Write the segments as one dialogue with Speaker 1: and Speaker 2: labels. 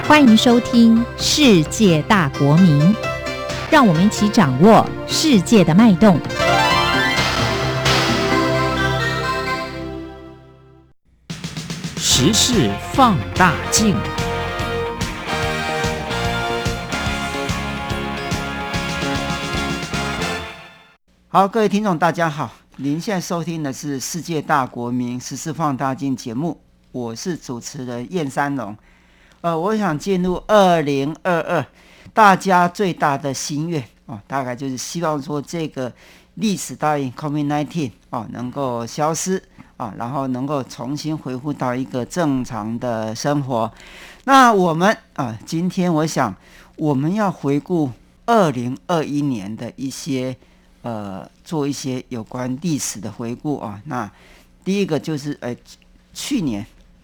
Speaker 1: 欢迎收听《世界大国民》，让我们一起掌握世界的脉动。
Speaker 2: 时事放大镜。
Speaker 3: 好，各位听众大家好，您现在收听的是《世界大国民时事放大镜》节目，我是主持人燕三龙。我想进入2022，大家最大的心愿大概就是希望说这个历史大疫 COVID-19 能够消失然后能够重新恢复到一个正常的生活。那我们今天我想我们要回顾2021年的一些做一些有关历史的回顾那第一个就是去年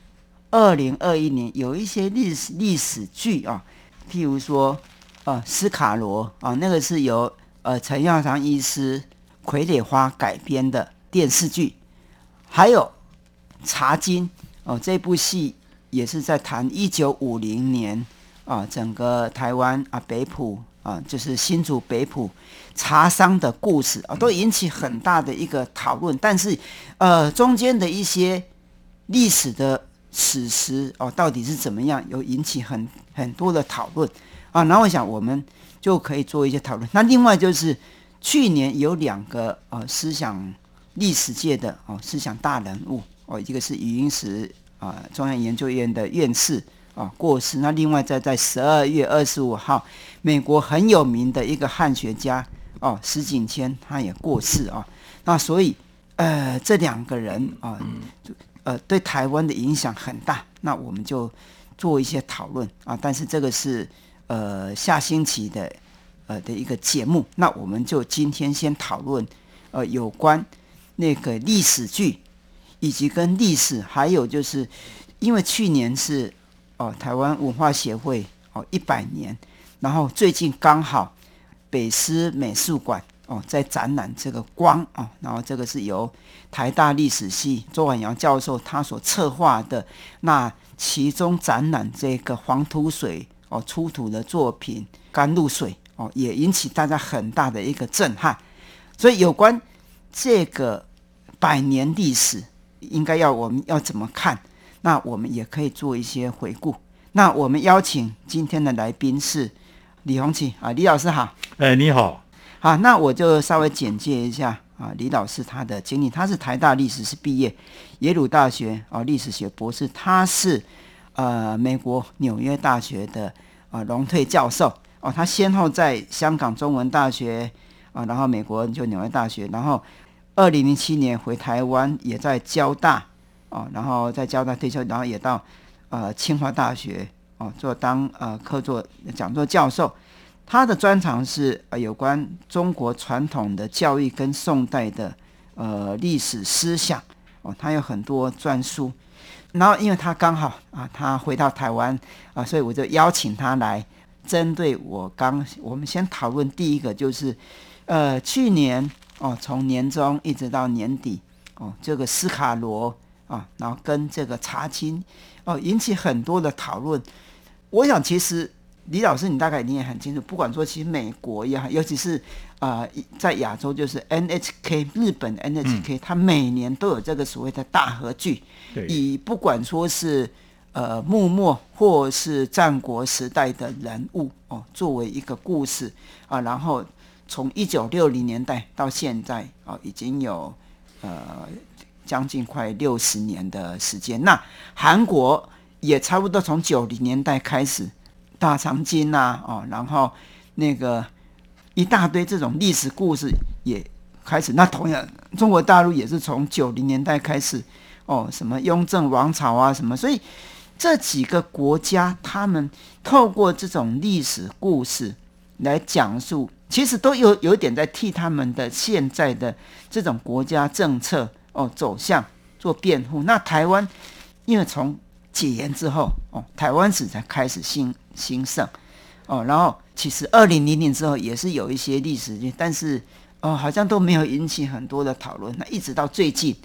Speaker 3: 2021年有一些历史剧譬如说斯卡罗那个是由陈耀昌医师傀儡花改编的电视剧，还有茶金这部戏也是在谈1950年整个台湾北埔就是新竹北埔茶商的故事都引起很大的一个讨论，但是中间的一些历史的史实到底是怎么样，有引起很多的讨论然后我想我们就可以做一些讨论。那另外就是去年有2个思想历史界的思想大人物一个是余英时中央研究院的院士过世，那另外在12月25号美国很有名的一个汉学家石景谦他也过世那所以这2个人对台湾的影响很大，那我们就做一些讨论但是这个是下星期的一个节目，那我们就今天先讨论有关那个历史剧以及跟历史，还有就是因为去年是台湾文化协会100年，然后最近刚好北师美术馆在展览这个光然后这个是由台大历史系周婉瑶教授他所策划的，那其中展览这个黄土水出土的作品甘露水也引起大家很大的一个震撼。所以有关这个100年历史应该我们要怎么看，那我们也可以做一些回顾。那我们邀请今天的来宾是李宏启李老师好。
Speaker 4: 你好。
Speaker 3: 好，那我就稍微简介一下李老师他的经历。他是台大历史系毕业，耶鲁大学历史学博士，他是美国纽约大学的荣退教授他先后在香港中文大学然后美国就纽约大学，然后2007年回台湾也在交大然后在交大退休，然后也到清华大学当客座讲座教授。他的专长是有关中国传统的教育跟宋代的历史思想他有很多专书。然后因为他刚好他回到台湾所以我就邀请他来针对我们先讨论第一个就是去年从年中一直到年底这个斯卡罗然后跟这个茶金引起很多的讨论。我想其实李老师你大概你也很清楚，不管说其实美国也好，尤其是在亚洲就是 NHK 日本 NHK 它每年都有这个所谓的大河剧，以不管说是幕末或是战国时代的人物作为一个故事然后从1960年代到现在已经有将近快60年的时间。那韩国也差不多从90年代开始大长今然后那个一大堆这种历史故事也开始。那同样中国大陆也是从90年代开始什么雍正王朝什么，所以这几个国家他们透过这种历史故事来讲述，其实都有点在替他们的现在的这种国家政策走向做辩护。那台湾因为从解严之后台湾史才开始兴盛然后其实2000之后也是有一些历史剧，但是好像都没有引起很多的讨论。那一直到最近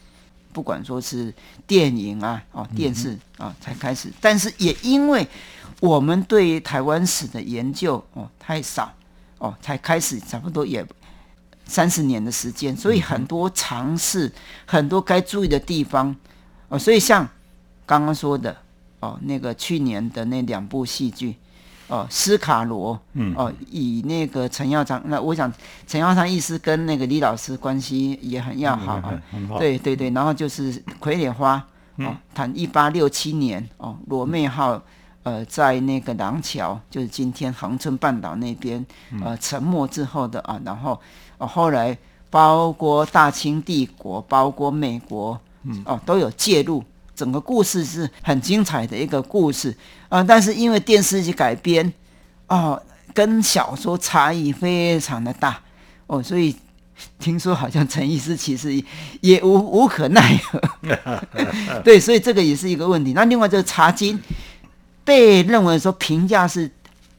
Speaker 3: 不管说是电影啊、电视啊才开始，但是也因为我们对于台湾史的研究太少才开始差不多也30年的时间，所以很多尝试，很多该注意的地方所以像刚刚说的那个去年的那2部戏剧斯卡罗以那个陈耀昌，那我想陈耀昌医师跟那个李老师关系也很要好
Speaker 4: 很好，
Speaker 3: 对对对，然后就是傀儡花谈1867年罗妹号在那个廊桥，就是今天恒春半岛那边沉没之后的然后后来包括大清帝国，包括美国都有介入。整个故事是很精彩的一个故事但是因为电视剧改编跟小说差异非常的大所以听说好像陈医师其实也无可奈何对，所以这个也是一个问题。那另外这个茶经被认为说评价是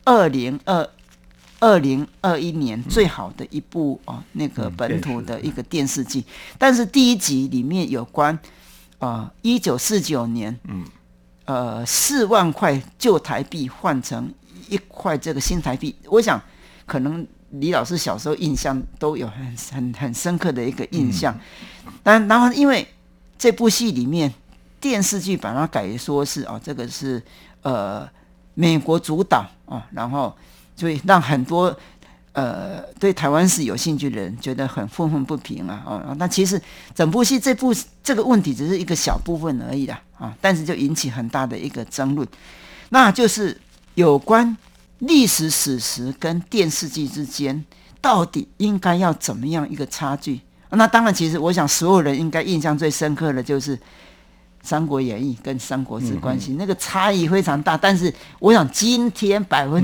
Speaker 3: 2021年最好的一部那个本土的一个电视剧但是第1集里面有关1949年4万块旧台币换成1块这个新台币，我想可能李老师小时候印象都有很深刻的一个印象然后因为这部戏里面电视剧把它改说是这个是美国主导然后所以让很多对台湾史有兴趣的人觉得很愤愤不平那其实整部戏这个问题只是一个小部分而已啦但是就引起很大的一个争论，那就是有关历史史实跟电视剧之间到底应该要怎么样一个差距那当然其实我想所有人应该印象最深刻的就是三国演义跟三国志关系那个差异非常大但是我想今天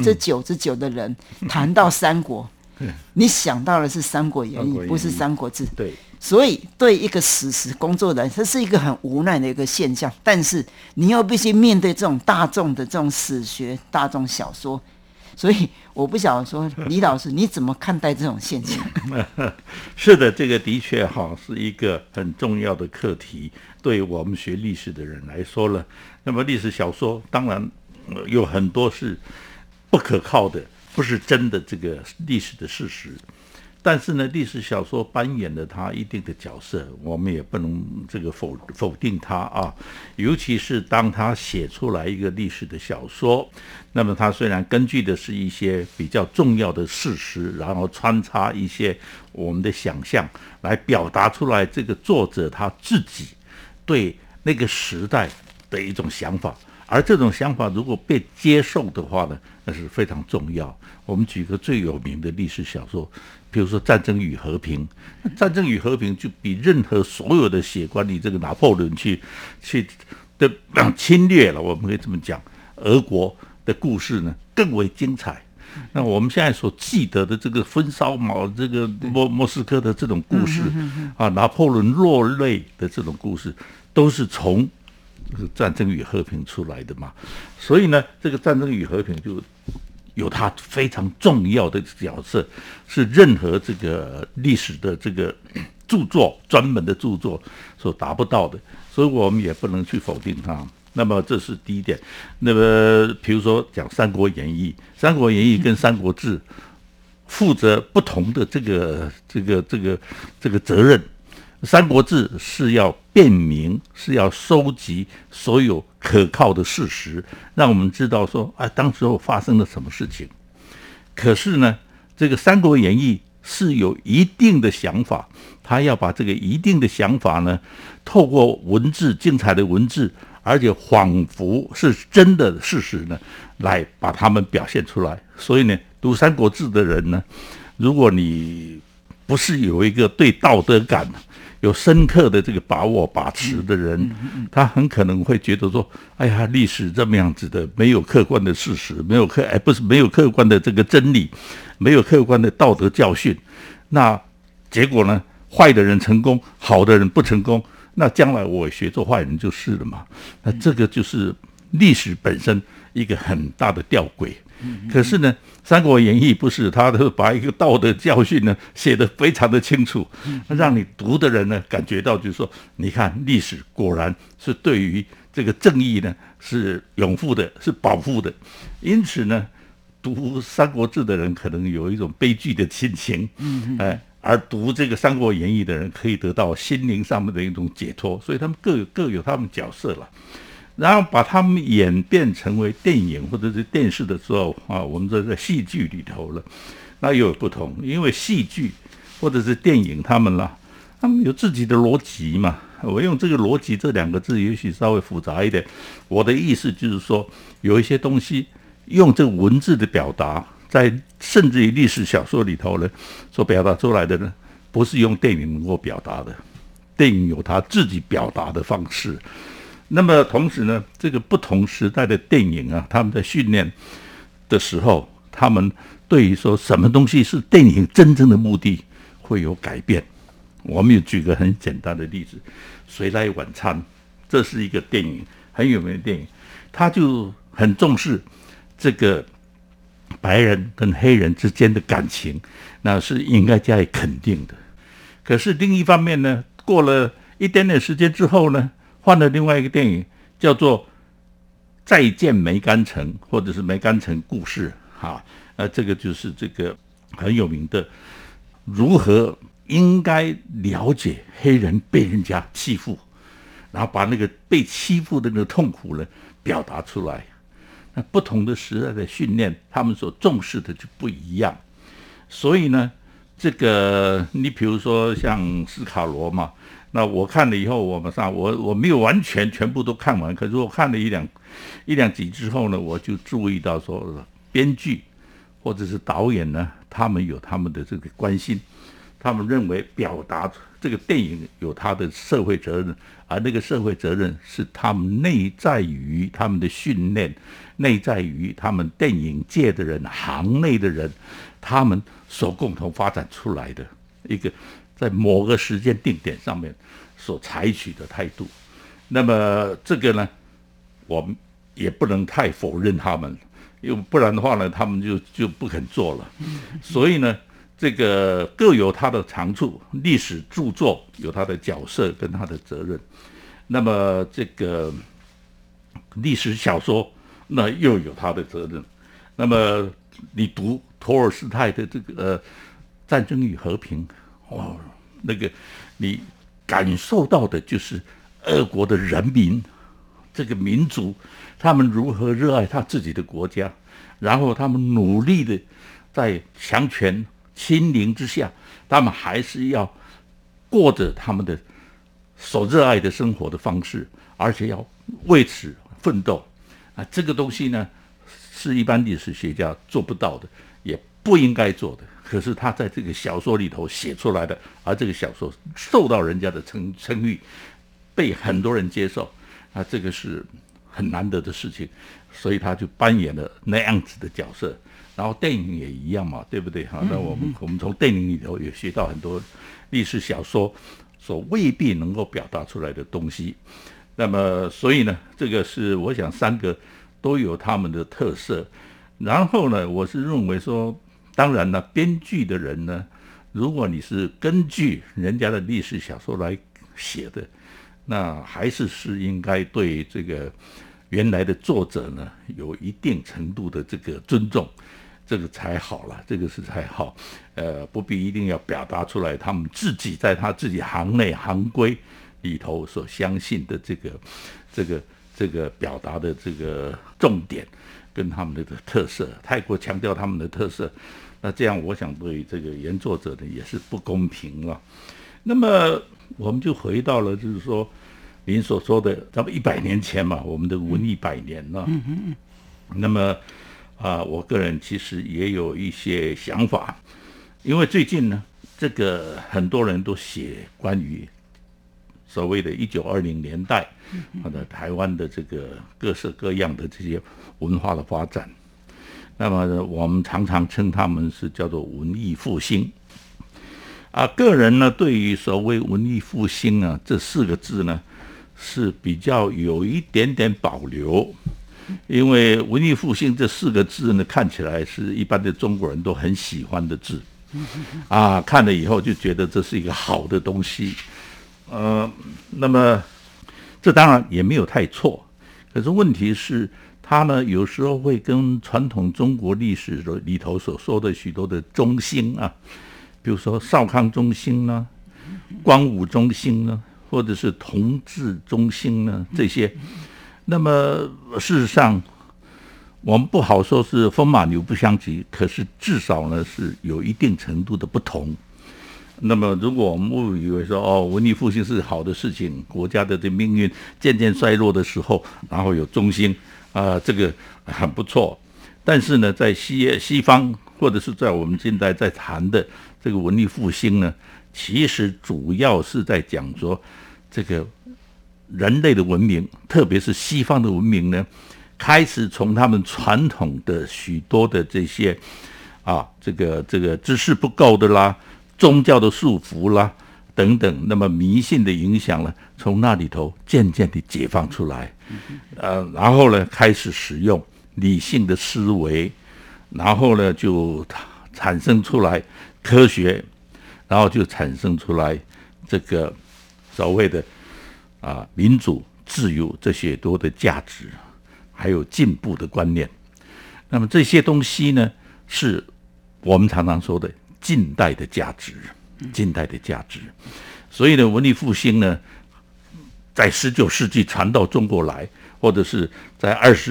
Speaker 3: 99%的人谈到三国你想到的是三国演义不是三国志
Speaker 4: 对，
Speaker 3: 所以对一个史实工作的人这是一个很无奈的一个现象但是你又必须面对这种大众的这种史学大众小说所以我不晓得说李老师你怎么看待这种现象
Speaker 4: 是的，这个的确是一个很重要的课题对我们学历史的人来说了。那么历史小说当然有很多是不可靠的，不是真的这个历史的事实，但是呢历史小说扮演了它一定的角色，我们也不能这个否定它尤其是当他写出来一个历史的小说，那么他虽然根据的是一些比较重要的事实，然后穿插一些我们的想象来表达出来这个作者他自己对那个时代的一种想法，而这种想法如果被接受的话呢，那是非常重要。我们举个最有名的历史小说，比如说《战争与和平》，《战争与和平》就比任何所有的写关于这个拿破仑去的侵略了，我们可以这么讲，俄国的故事呢更为精彩。那我们现在所记得的这个焚烧这个莫斯科的这种故事拿破仑落泪的这种故事，都是从战争与和平出来的嘛。所以呢这个战争与和平就有它非常重要的角色，是任何这个历史的这个著作专门的著作所达不到的，所以我们也不能去否定它。那么这是第一点。那么比如说讲《三国演义》，《三国演义》跟《三国志》负责不同的这个责任。《三国志》是要辨明，是要收集所有可靠的事实，让我们知道说当时候发生了什么事情。可是呢这个《三国演义》是有一定的想法，他要把这个一定的想法呢透过文字，精彩的文字，而且仿佛是真的事实呢来把它们表现出来。所以呢读《三国志》的人呢，如果你不是有一个对道德感有深刻的这个把握把持的人，他很可能会觉得说历史这么样子的，没有客观的事实，没有客观的这个真理，没有客观的道德教训，那结果呢坏的人成功，好的人不成功，那将来我学做坏人就是了嘛。那这个就是历史本身一个很大的吊诡。 可是呢，《三国演义》不是，他都把一个道德教训呢写得非常的清楚，让你读的人呢感觉到就是说，你看历史果然是对于这个正义呢是拥护的，是保护的。因此呢，读《三国志》的人可能有一种悲剧的心情，而读这个《三国演义》的人可以得到心灵上面的一种解脱，所以他们各有他们角色了。然后把他们演变成为电影或者是电视的时候啊，我们这在戏剧里头了，那又有不同，因为戏剧或者是电影他们有自己的逻辑嘛。我用这个逻辑这两个字也许稍微复杂一点，我的意思就是说，有一些东西用这个文字的表达，在甚至于历史小说里头呢所表达出来的呢，不是用电影能够表达的，电影有它自己表达的方式。那么同时呢，这个不同时代的电影啊，他们在训练的时候，他们对于说什么东西是电影真正的目的会有改变。我们也举个很简单的例子，《谁来晚餐》，这是一个电影，很有名的电影，他就很重视这个白人跟黑人之间的感情，那是应该加以肯定的。可是另一方面呢，过了一点点时间之后呢，换了另外一个电影，叫做《再见梅干城》或者是《梅干城故事》这个就是这个很有名的，如何应该了解黑人被人家欺负，然后把那个被欺负的那个痛苦呢表达出来。那不同的时代的训练，他们所重视的就不一样。所以呢，这个你比如说像斯卡罗嘛。那我看了以后，我没有完全全部都看完，可是我看了一两集之后呢，我就注意到说，编剧或者是导演呢，他们有他们的这个关心，他们认为表达这个电影有他的社会责任，而那个社会责任是他们内在于他们的训练，内在于他们电影界的人、行内的人，他们所共同发展出来的一个在某个时间定点上面所采取的态度。那么这个呢，我们也不能太否认他们，因为不然的话呢，他们就不肯做了。所以呢，这个各有它的长处，历史著作有它的角色跟它的责任，那么这个历史小说那又有它的责任。那么你读托尔斯泰的这个战争与和平，那个你感受到的就是俄国的人民，这个民族，他们如何热爱他自己的国家，然后他们努力的在强权亲临之下，他们还是要过着他们的所热爱的生活的方式，而且要为此奋斗这个东西呢，是一般历史学家做不到的，也不应该做的。可是他在这个小说里头写出来的，而这个小说受到人家的称誉，被很多人接受这个是很难得的事情，所以他就扮演了那样子的角色。然后电影也一样嘛，对不对那我们从电影里头也学到很多历史小说所未必能够表达出来的东西。那么所以呢，这个是我想三个都有他们的特色。然后呢，我是认为说，当然了，编剧的人呢，如果你是根据人家的历史小说来写的，那还是应该对这个原来的作者呢有一定程度的这个尊重，这个才好了，这个是才好。不必一定要表达出来他们自己在他自己行内行规里头所相信的这个表达的这个重点跟他们的特色，太过强调他们的特色，那这样我想对这个原作者呢也是不公平了。那么我们就回到了就是说您所说的咱们100年前嘛，我们的文艺100年了。那么我个人其实也有一些想法，因为最近呢，这个很多人都写关于所谓的1920年代台湾的这个各式各样的这些文化的发展。那么我们常常称他们是叫做文艺复兴个人呢对于所谓文艺复兴这4个字呢是比较有一点点保留。 因为文艺复兴这4个字呢，看起来是一般的中国人都很喜欢的字，看了以后就觉得这是一个好的东西，那么这当然也没有太错，可是问题是它呢有时候会跟传统中国历史里头所说的许多的中兴啊，比如说少康中兴呢、光武中兴呢，或者是同治中兴呢这些，那么事实上我们不好说是风马牛不相及，可是至少呢是有一定程度的不同。那么如果我们误以为说文艺复兴是好的事情，国家的这命运渐渐衰落的时候，然后有中兴这个很不错。但是呢，在西方或者是在我们现在在谈的这个文艺复兴呢，其实主要是在讲说这个人类的文明，特别是西方的文明呢，开始从他们传统的许多的这些这个知识不够的啦，宗教的束缚啦等等，那么迷信的影响呢，从那里头渐渐的解放出来，然后呢开始使用理性的思维，然后呢就产生出来科学，然后就产生出来这个所谓的民主、自由这些多的价值，还有进步的观念。那么这些东西呢，是我们常常说的近代的价值，近代的价值。所以呢，文艺复兴呢，在19世纪传到中国来，或者是在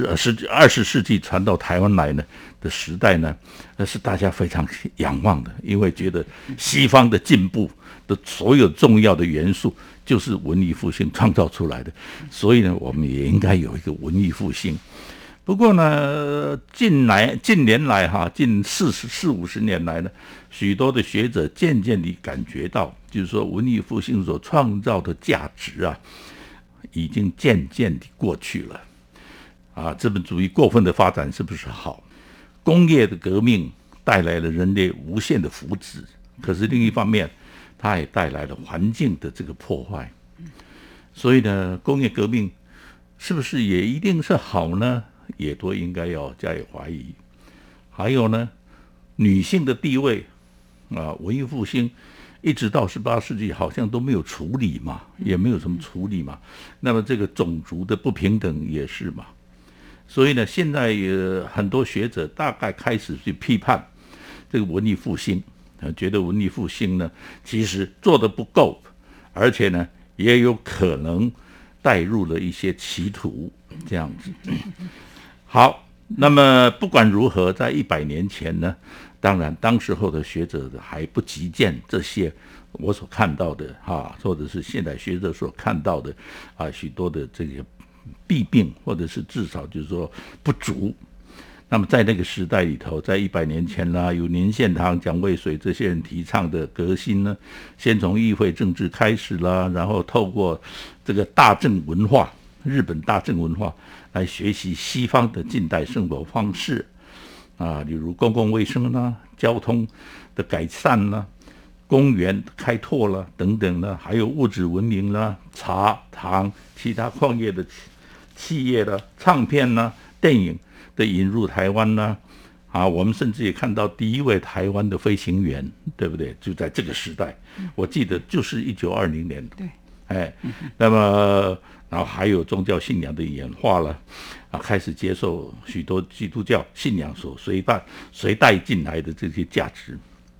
Speaker 4: 20世纪传到台湾来呢的时代呢，那是大家非常仰望的，因为觉得西方的进步的所有重要的元素就是文艺复兴创造出来的，所以呢，我们也应该有一个文艺复兴。不过呢，近年来近40-50年来呢，许多的学者渐渐地感觉到，就是说文艺复兴所创造的价值已经渐渐地过去了。资本主义过分的发展是不是好？工业的革命带来了人类无限的福祉，可是另一方面，它也带来了环境的这个破坏。所以呢，工业革命是不是也一定是好呢？也都应该要加以怀疑。还有呢，女性的地位文艺复兴一直到18世纪好像都没有处理嘛，也没有什么处理嘛。那么这个种族的不平等也是嘛。所以呢，现在很多学者大概开始去批判这个文艺复兴，觉得文艺复兴呢其实做得不够，而且呢也有可能带入了一些歧途这样子。好，那么不管如何，在100年前呢，当然当时候的学者还不及见这些我所看到的或者是现代学者所看到的许多的这个弊病，或者是至少就是说不足。那么在那个时代里头，在100年前啦，有林献堂、蒋渭水这些人提倡的革新呢，先从议会政治开始啦，然后透过这个大正文化，日本大正文化来学习西方的近代生活方式例如公共卫生啦、交通的改善啦、公园开拓啦等等啦，还有物质文明啦、茶、糖、其他矿业的企业啦、唱片啦、电影的引入台湾啦我们甚至也看到第一位台湾的飞行员，对不对？就在这个时代，我记得就是1920年。对，那么然后还有宗教信仰的演化了开始接受许多基督教信仰所随带进来的这些价值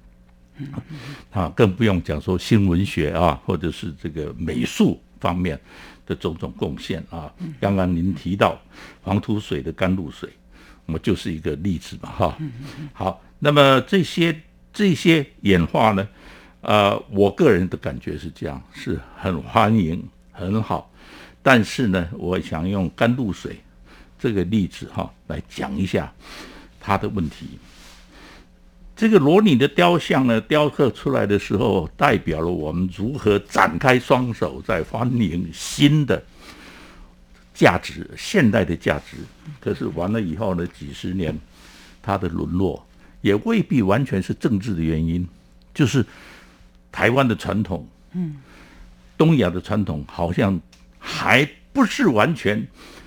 Speaker 4: 更不用讲说新文学或者是这个美术方面的种种贡献刚刚您提到黄土水的甘露水，我们就是一个例子嘛好，那么这些演化呢我个人的感觉是这样，是很欢迎很好，但是呢我想用甘露水这个例子来讲一下它的问题。这个罗尼的雕像呢，雕刻出来的时候，代表了我们如何展开双手在欢迎新的价值，现代的价值。可是完了以后呢，几十年它的沦落也未必完全是政治的原因，就是台湾的传统东亚的传统好像还不是完全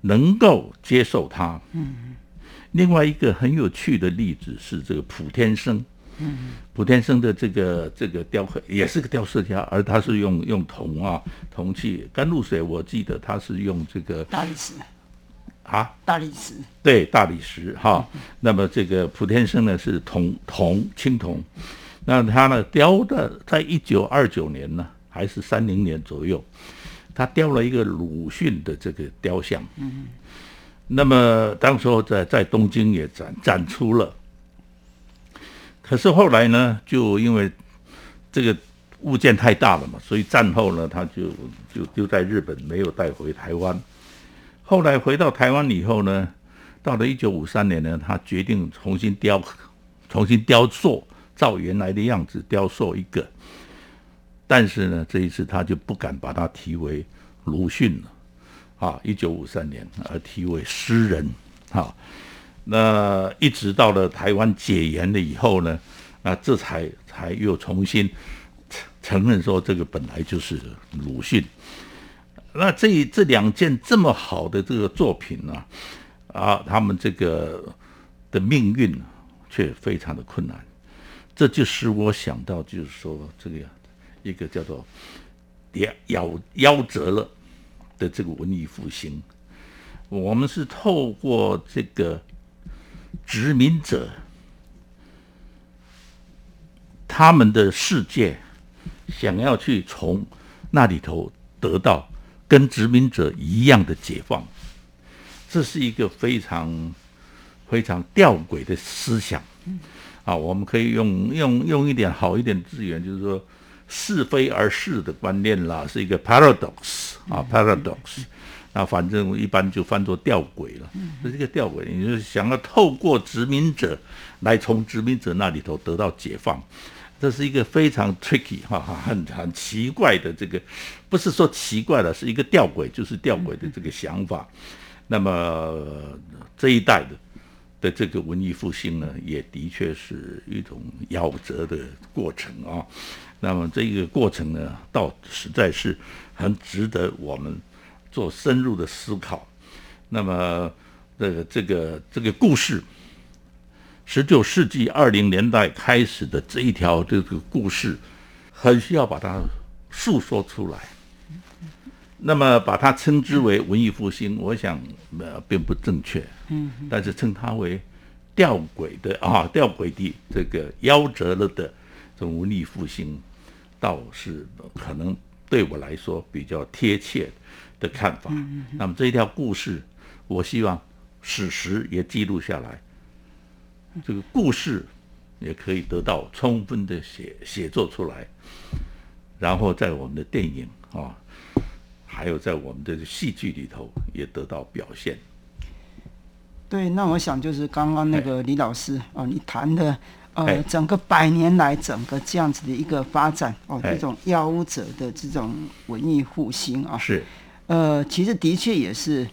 Speaker 4: 能够接受它。另外一个很有趣的例子是这个普天生。普天生的这个雕刻也是个雕塑家，而他是用铜器。甘露水我记得他是用这个
Speaker 3: 大理石大理石，
Speaker 4: 对，大理石哈。那么这个普天生呢是青铜。那他呢雕的在1929年呢还是30年左右，他雕了一个鲁迅的这个雕像。那么当时候在东京也展出了。可是后来呢，就因为这个物件太大了嘛，所以战后呢，他就丢在日本，没有带回台湾。后来回到台湾以后呢，到了1953年呢，他决定重新雕塑，照原来的样子雕塑一个。但是呢，这一次他就不敢把它提为鲁迅了，1953年而提为诗人那一直到了台湾解严了以后呢，这才又重新承认说这个本来就是鲁迅。那这两件这么好的这个作品呢，他们这个的命运却非常的困难。这就使我想到，就是说这个一个叫做夭折了的这个文艺复兴。我们是透过这个殖民者他们的世界，想要去从那里头得到跟殖民者一样的解放，这是一个非常非常吊诡的思想我们可以用一点好一点字眼，就是说是非而是的观念啦，是一个 paradox paradox。那反正一般就翻作吊诡了，这是一个吊诡，你就想要透过殖民者来从殖民者那里头得到解放，这是一个非常 tricky 很奇怪的这个，不是说奇怪了，是一个吊诡，就是吊诡的这个想法。那么这一代的这个文艺复兴呢，也的确是一种夭折的过程那么这个过程呢，倒实在是很值得我们做深入的思考。那么这个故事，19世纪20年代开始的这一条这个故事，很需要把它述说出来。那么把它称之为文艺复兴，我想并不正确。但是称它为吊诡的这个夭折了的这种文艺复兴，倒是可能对我来说比较贴切的看法。那么这一条故事，我希望史实也记录下来，这个故事也可以得到充分的写作出来，然后在我们的电影还有在我们的戏剧里头也得到表现。
Speaker 3: 对，那我想就是刚刚那个李老师你谈的整个100年来整个这样子的一个发展这种夭折的这种文艺复兴
Speaker 4: 是
Speaker 3: 其实的确也是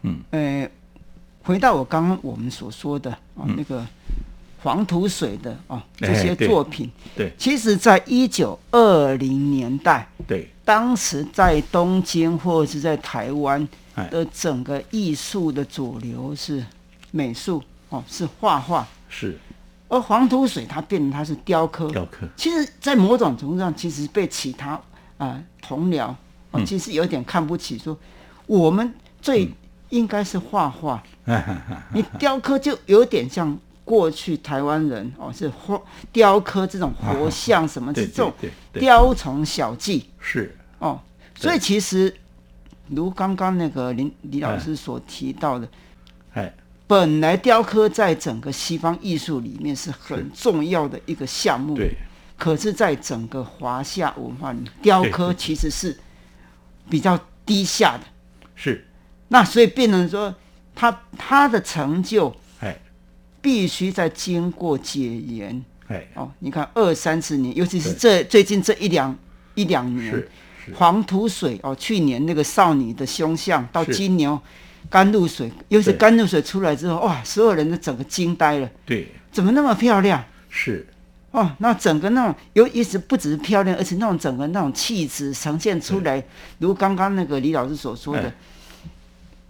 Speaker 3: 回到我们所说的那个黄土水的这些作品，
Speaker 4: 对，
Speaker 3: 其实在1920年代，
Speaker 4: 对，
Speaker 3: 当时在东京或者是在台湾的整个艺术的主流是美术是画画，
Speaker 4: 是，
Speaker 3: 而黄土水它变成它是雕刻，其实在某种程度上其实被其他同僚其实有点看不起，说我们最应该是画画，你雕刻就有点像过去台湾人是雕刻这种活像什么这种雕虫小技，
Speaker 4: 是
Speaker 3: 所以其实如刚刚那个李老师所提到的，本来雕刻在整个西方艺术里面是很重要的一个项目，
Speaker 4: 对，
Speaker 3: 可是在整个华夏文化里面，雕刻其实是比较低下的，是，那所以变成说他的成就必须在经过解严你看20-30年，尤其是最近这一两年，黄土水去年那个少女的胸像，到今年甘露水，尤其甘露水出来之后，哇，所有人都整个惊呆了，对，怎么那么漂亮？是那整个那种意思不只是漂亮，而且那种整个那种气质呈现出来，如刚刚那个李老师所说的，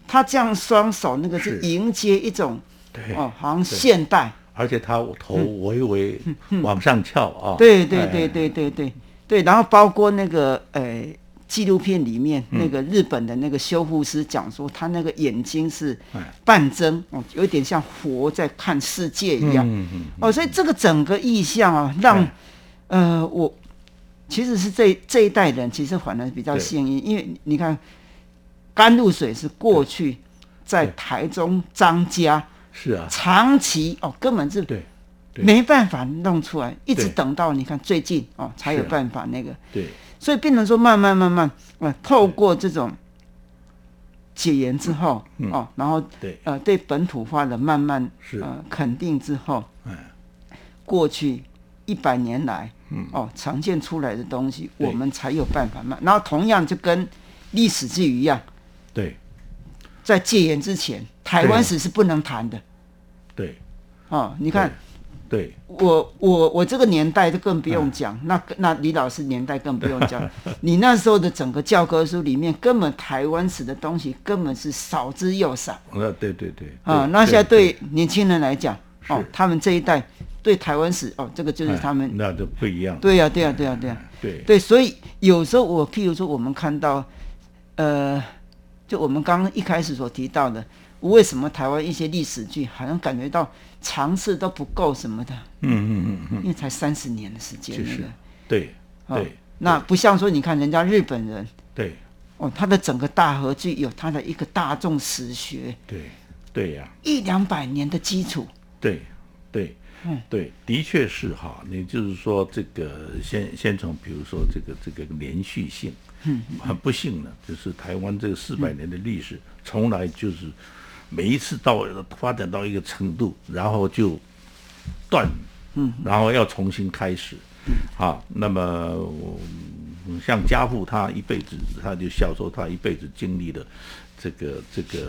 Speaker 3: 他这样双手那个是迎接一种好像现代，
Speaker 4: 而且他头微微往上翘啊。
Speaker 3: 对，然后包括那个纪录片里面那个日本的那个修复师讲说，他那个眼睛是半睁有一点像佛在看世界一样所以这个整个意象啊，让我其实是这一代人其实反而比较幸运，因为你看甘露水是过去在台中张家
Speaker 4: 是啊
Speaker 3: 长期根本是没办法弄出来，一直等到你看最近才有办法那个
Speaker 4: 对。
Speaker 3: 所以变成说慢慢透过这种解严之后然后对本土化的慢慢肯定之后过去100年来呈现出来的东西我们才有办法然后同样就跟历史剧一样，
Speaker 4: 对，
Speaker 3: 在戒严之前台湾史是不能谈的，
Speaker 4: 对
Speaker 3: 你看
Speaker 4: 对，
Speaker 3: 我这个年代就更不用讲，那李老师年代更不用讲。你那时候的整个教科书里面，根本台湾史的东西根本是少之又少。
Speaker 4: 对
Speaker 3: 那现在对年轻人来讲，他们这一代对台湾史这个就是他们
Speaker 4: 那就不一样。
Speaker 3: 对呀，对，所以有时候譬如说我们看到，就我们刚刚一开始所提到的。为什么台湾一些历史剧好像感觉到尝试都不够什么的？因为才30年的时间，
Speaker 4: 对，
Speaker 3: 那不像说你看人家日本人，
Speaker 4: 对，
Speaker 3: 他的整个大河剧有他的一个大众史学，
Speaker 4: 对呀
Speaker 3: ，100-200年的基础，
Speaker 4: 对，的确是哈。你就是说这个先从比如说这个连续性，很不幸的就是台湾这个400年的历史，从来就是每一次发展到一个程度，然后就断，然后要重新开始，那么像家父他一辈子，他就笑说他一辈子经历了这个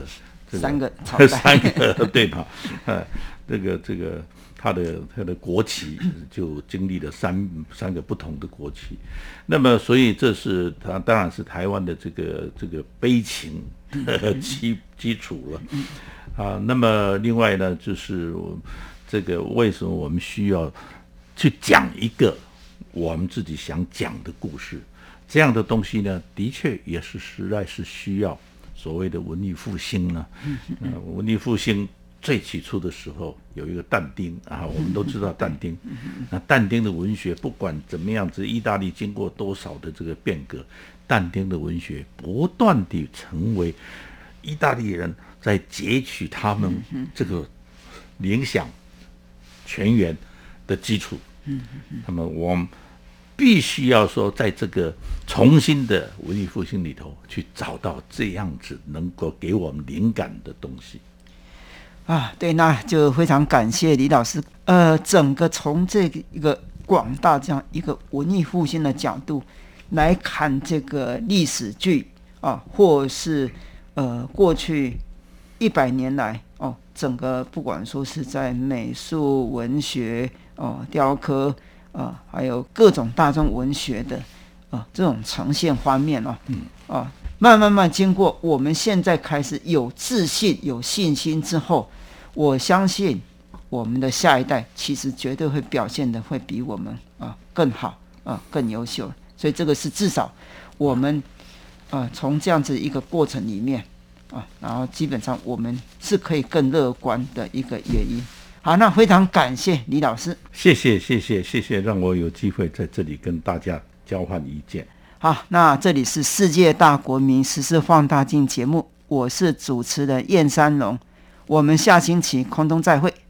Speaker 3: 3个朝代
Speaker 4: 3个对吧？这个他的国旗就经历了三个不同的国旗，那么所以这是他当然是台湾的这个悲情的基础了那么另外呢，就是这个为什么我们需要去讲一个我们自己想讲的故事，这样的东西呢，的确也是实在是需要所谓的文艺复兴呢。文艺复兴最起初的时候有一个但丁我们都知道但丁。那但丁的文学不管怎么样子，意大利经过多少的这个变革，但丁的文学不断地成为意大利人在截取他们这个影响泉源的基础。那么我们必须要说，在这个重新的文艺复兴里头，去找到这样子能够给我们灵感的东西。
Speaker 3: 对，那就非常感谢李老师。整个从这个一个广大这样一个文艺复兴的角度来看这个历史剧或是过去100年来整个不管说是在美术、文学雕刻还有各种大众文学的这种呈现方面慢慢经过我们现在开始有自信、有信心之后，我相信我们的下一代其实绝对会表现的会比我们更好更优秀。所以这个是至少我们从这样子一个过程里面然后基本上我们是可以更乐观的一个原因。好，那非常感谢李老师。
Speaker 4: 谢谢，让我有机会在这里跟大家交换意见。
Speaker 3: 好，那这里是世界大国民时事放大镜节目，我是主持人燕山龙，我们下星期空中再会。